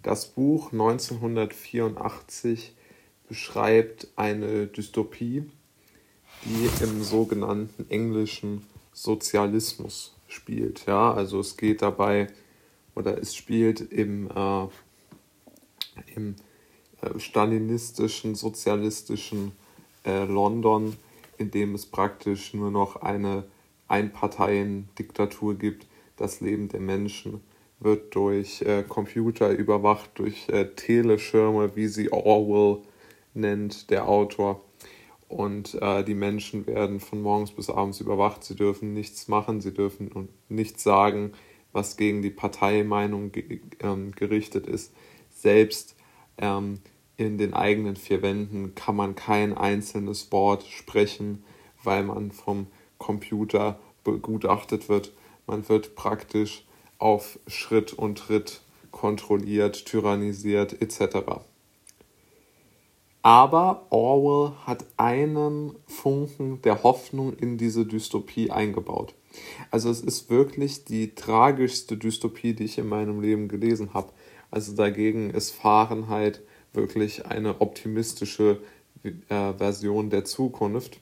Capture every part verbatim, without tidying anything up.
Das Buch neunzehnhundertvierundachtzig beschreibt eine Dystopie, die im sogenannten englischen Sozialismus spielt. Ja, also es geht dabei oder es spielt im, äh, im äh, stalinistischen, sozialistischen äh, London, in dem es praktisch nur noch eine Einparteien-Diktatur gibt. Das Leben der Menschen wird durch äh, Computer überwacht, durch äh, Teleschirme, wie sie Orwell nennt, der Autor. Und äh, die Menschen werden von morgens bis abends überwacht. Sie dürfen nichts machen, sie dürfen nichts sagen, was gegen die Parteimeinung ge- ähm, gerichtet ist. Selbst ähm, in den eigenen vier Wänden kann man kein einzelnes Wort sprechen, weil man vom Computer begutachtet wird. Man wird praktisch auf Schritt und Tritt kontrolliert, tyrannisiert et cetera. Aber Orwell hat einen Funken der Hoffnung in diese Dystopie eingebaut. Also es ist wirklich die tragischste Dystopie, die ich in meinem Leben gelesen habe. Also dagegen ist Fahrenheit wirklich eine optimistische äh, Version der Zukunft.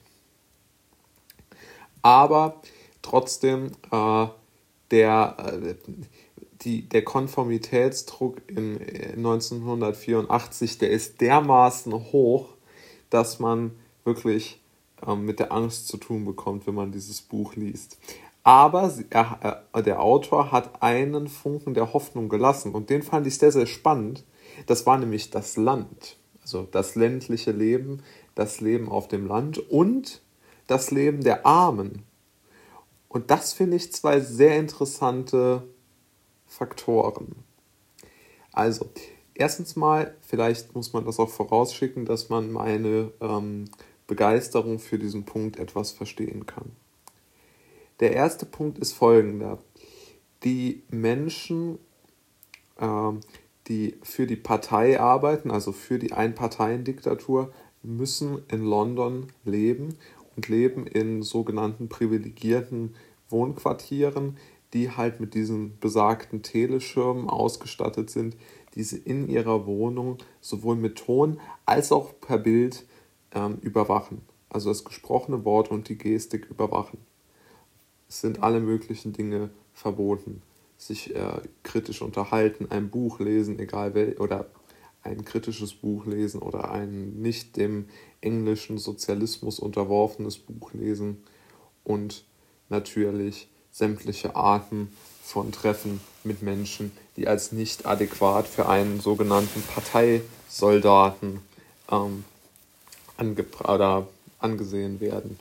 Aber trotzdem, äh, der, äh, die, der Konformitätsdruck in neunzehnhundertvierundachtzig, der ist dermaßen hoch, dass man wirklich äh, mit der Angst zu tun bekommt, wenn man dieses Buch liest. Aber sie, er, äh, der Autor hat einen Funken der Hoffnung gelassen und den fand ich sehr, sehr spannend. Das war nämlich das Land, also das ländliche Leben, das Leben auf dem Land und das Leben der Armen. Und das finde ich zwei sehr interessante Faktoren. Also, erstens mal, vielleicht muss man das auch vorausschicken, dass man meine ähm, Begeisterung für diesen Punkt etwas verstehen kann. Der erste Punkt ist folgender. Die Menschen, äh, die für die Partei arbeiten, also für die Einparteiendiktatur, müssen in London leben und leben in sogenannten privilegierten Wohnquartieren, die halt mit diesen besagten Teleschirmen ausgestattet sind, die sie in ihrer Wohnung sowohl mit Ton als auch per Bild ähm, überwachen. Also das gesprochene Wort und die Gestik überwachen. Es sind alle möglichen Dinge verboten. Sich äh, kritisch unterhalten, ein Buch lesen, egal wel, oder ein kritisches Buch lesen oder ein nicht dem englischen Sozialismus unterworfenes Buch lesen und natürlich sämtliche Arten von Treffen mit Menschen, die als nicht adäquat für einen sogenannten Parteisoldaten ähm, ange- oder angesehen werden.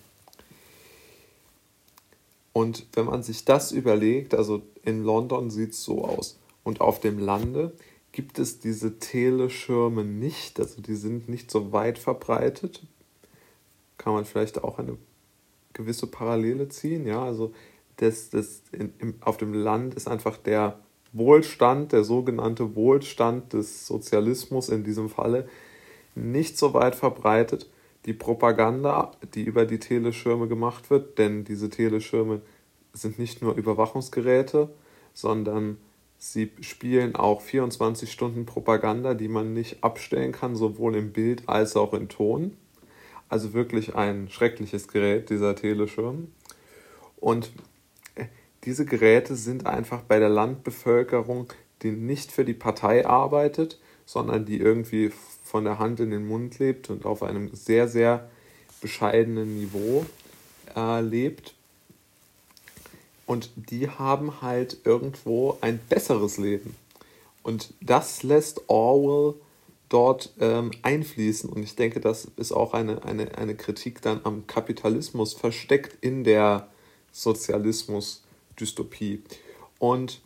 Und wenn man sich das überlegt, also in London sieht es so aus und auf dem Lande gibt es diese Teleschirme nicht, also die sind nicht so weit verbreitet. Kann man vielleicht auch eine gewisse Parallele ziehen, ja, also das, das in, im, auf dem Land ist einfach der Wohlstand, der sogenannte Wohlstand des Sozialismus in diesem Falle nicht so weit verbreitet. Die Propaganda, die über die Teleschirme gemacht wird, denn diese Teleschirme sind nicht nur Überwachungsgeräte, sondern sie spielen auch vierundzwanzig Stunden Propaganda, die man nicht abstellen kann, sowohl im Bild als auch im Ton. Also wirklich ein schreckliches Gerät, dieser Teleschirm. Und diese Geräte sind einfach bei der Landbevölkerung, die nicht für die Partei arbeitet, sondern die irgendwie von der Hand in den Mund lebt und auf einem sehr, sehr bescheidenen Niveau äh, lebt. Und die haben halt irgendwo ein besseres Leben. Und das lässt Orwell dort ähm, einfließen. Und ich denke, das ist auch eine, eine, eine Kritik dann am Kapitalismus versteckt in der Sozialismus-Dystopie. Und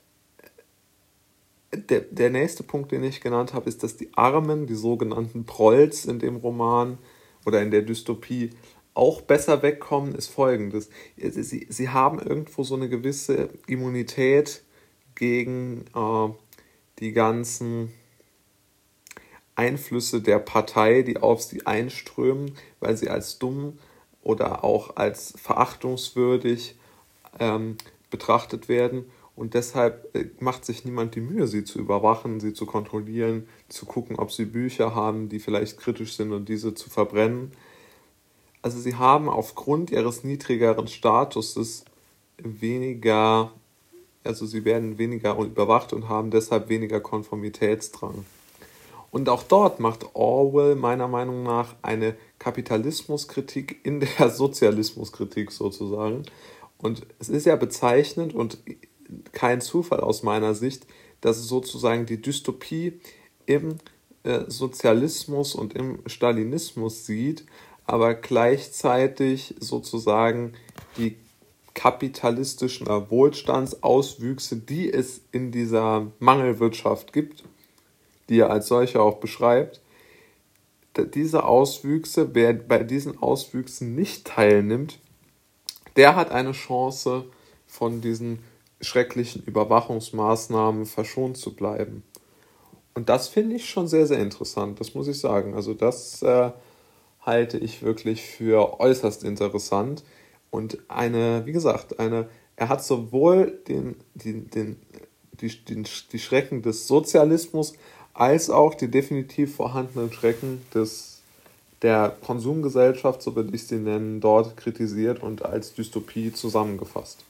der, der nächste Punkt, den ich genannt habe, ist, dass die Armen, die sogenannten Prolls in dem Roman oder in der Dystopie auch besser wegkommen, ist folgendes. Sie, sie haben irgendwo so eine gewisse Immunität gegen äh, die ganzen Einflüsse der Partei, die auf sie einströmen, weil sie als dumm oder auch als verachtungswürdig ähm, betrachtet werden. und deshalb äh, macht sich niemand die Mühe, sie zu überwachen, sie zu kontrollieren, zu gucken, ob sie Bücher haben, die vielleicht kritisch sind und diese zu verbrennen. Also sie haben aufgrund ihres niedrigeren Statuses weniger, also sie werden weniger überwacht und haben deshalb weniger Konformitätsdrang. Und auch dort macht Orwell meiner Meinung nach eine Kapitalismuskritik in der Sozialismuskritik sozusagen. Und es ist ja bezeichnend und kein Zufall aus meiner Sicht, dass es sozusagen die Dystopie im äh, Sozialismus und im Stalinismus sieht, aber gleichzeitig sozusagen die kapitalistischen Wohlstandsauswüchse, die es in dieser Mangelwirtschaft gibt, die er als solche auch beschreibt, diese Auswüchse, wer bei diesen Auswüchsen nicht teilnimmt, der hat eine Chance, von diesen schrecklichen Überwachungsmaßnahmen verschont zu bleiben. Und das finde ich schon sehr, sehr interessant, das muss ich sagen. Also das äh, halte ich wirklich für äußerst interessant. Und eine, wie gesagt, eine, er hat sowohl den, den, den, die, den, die Schrecken des Sozialismus als auch die definitiv vorhandenen Schrecken des, der Konsumgesellschaft, so würde ich sie nennen, dort kritisiert und als Dystopie zusammengefasst.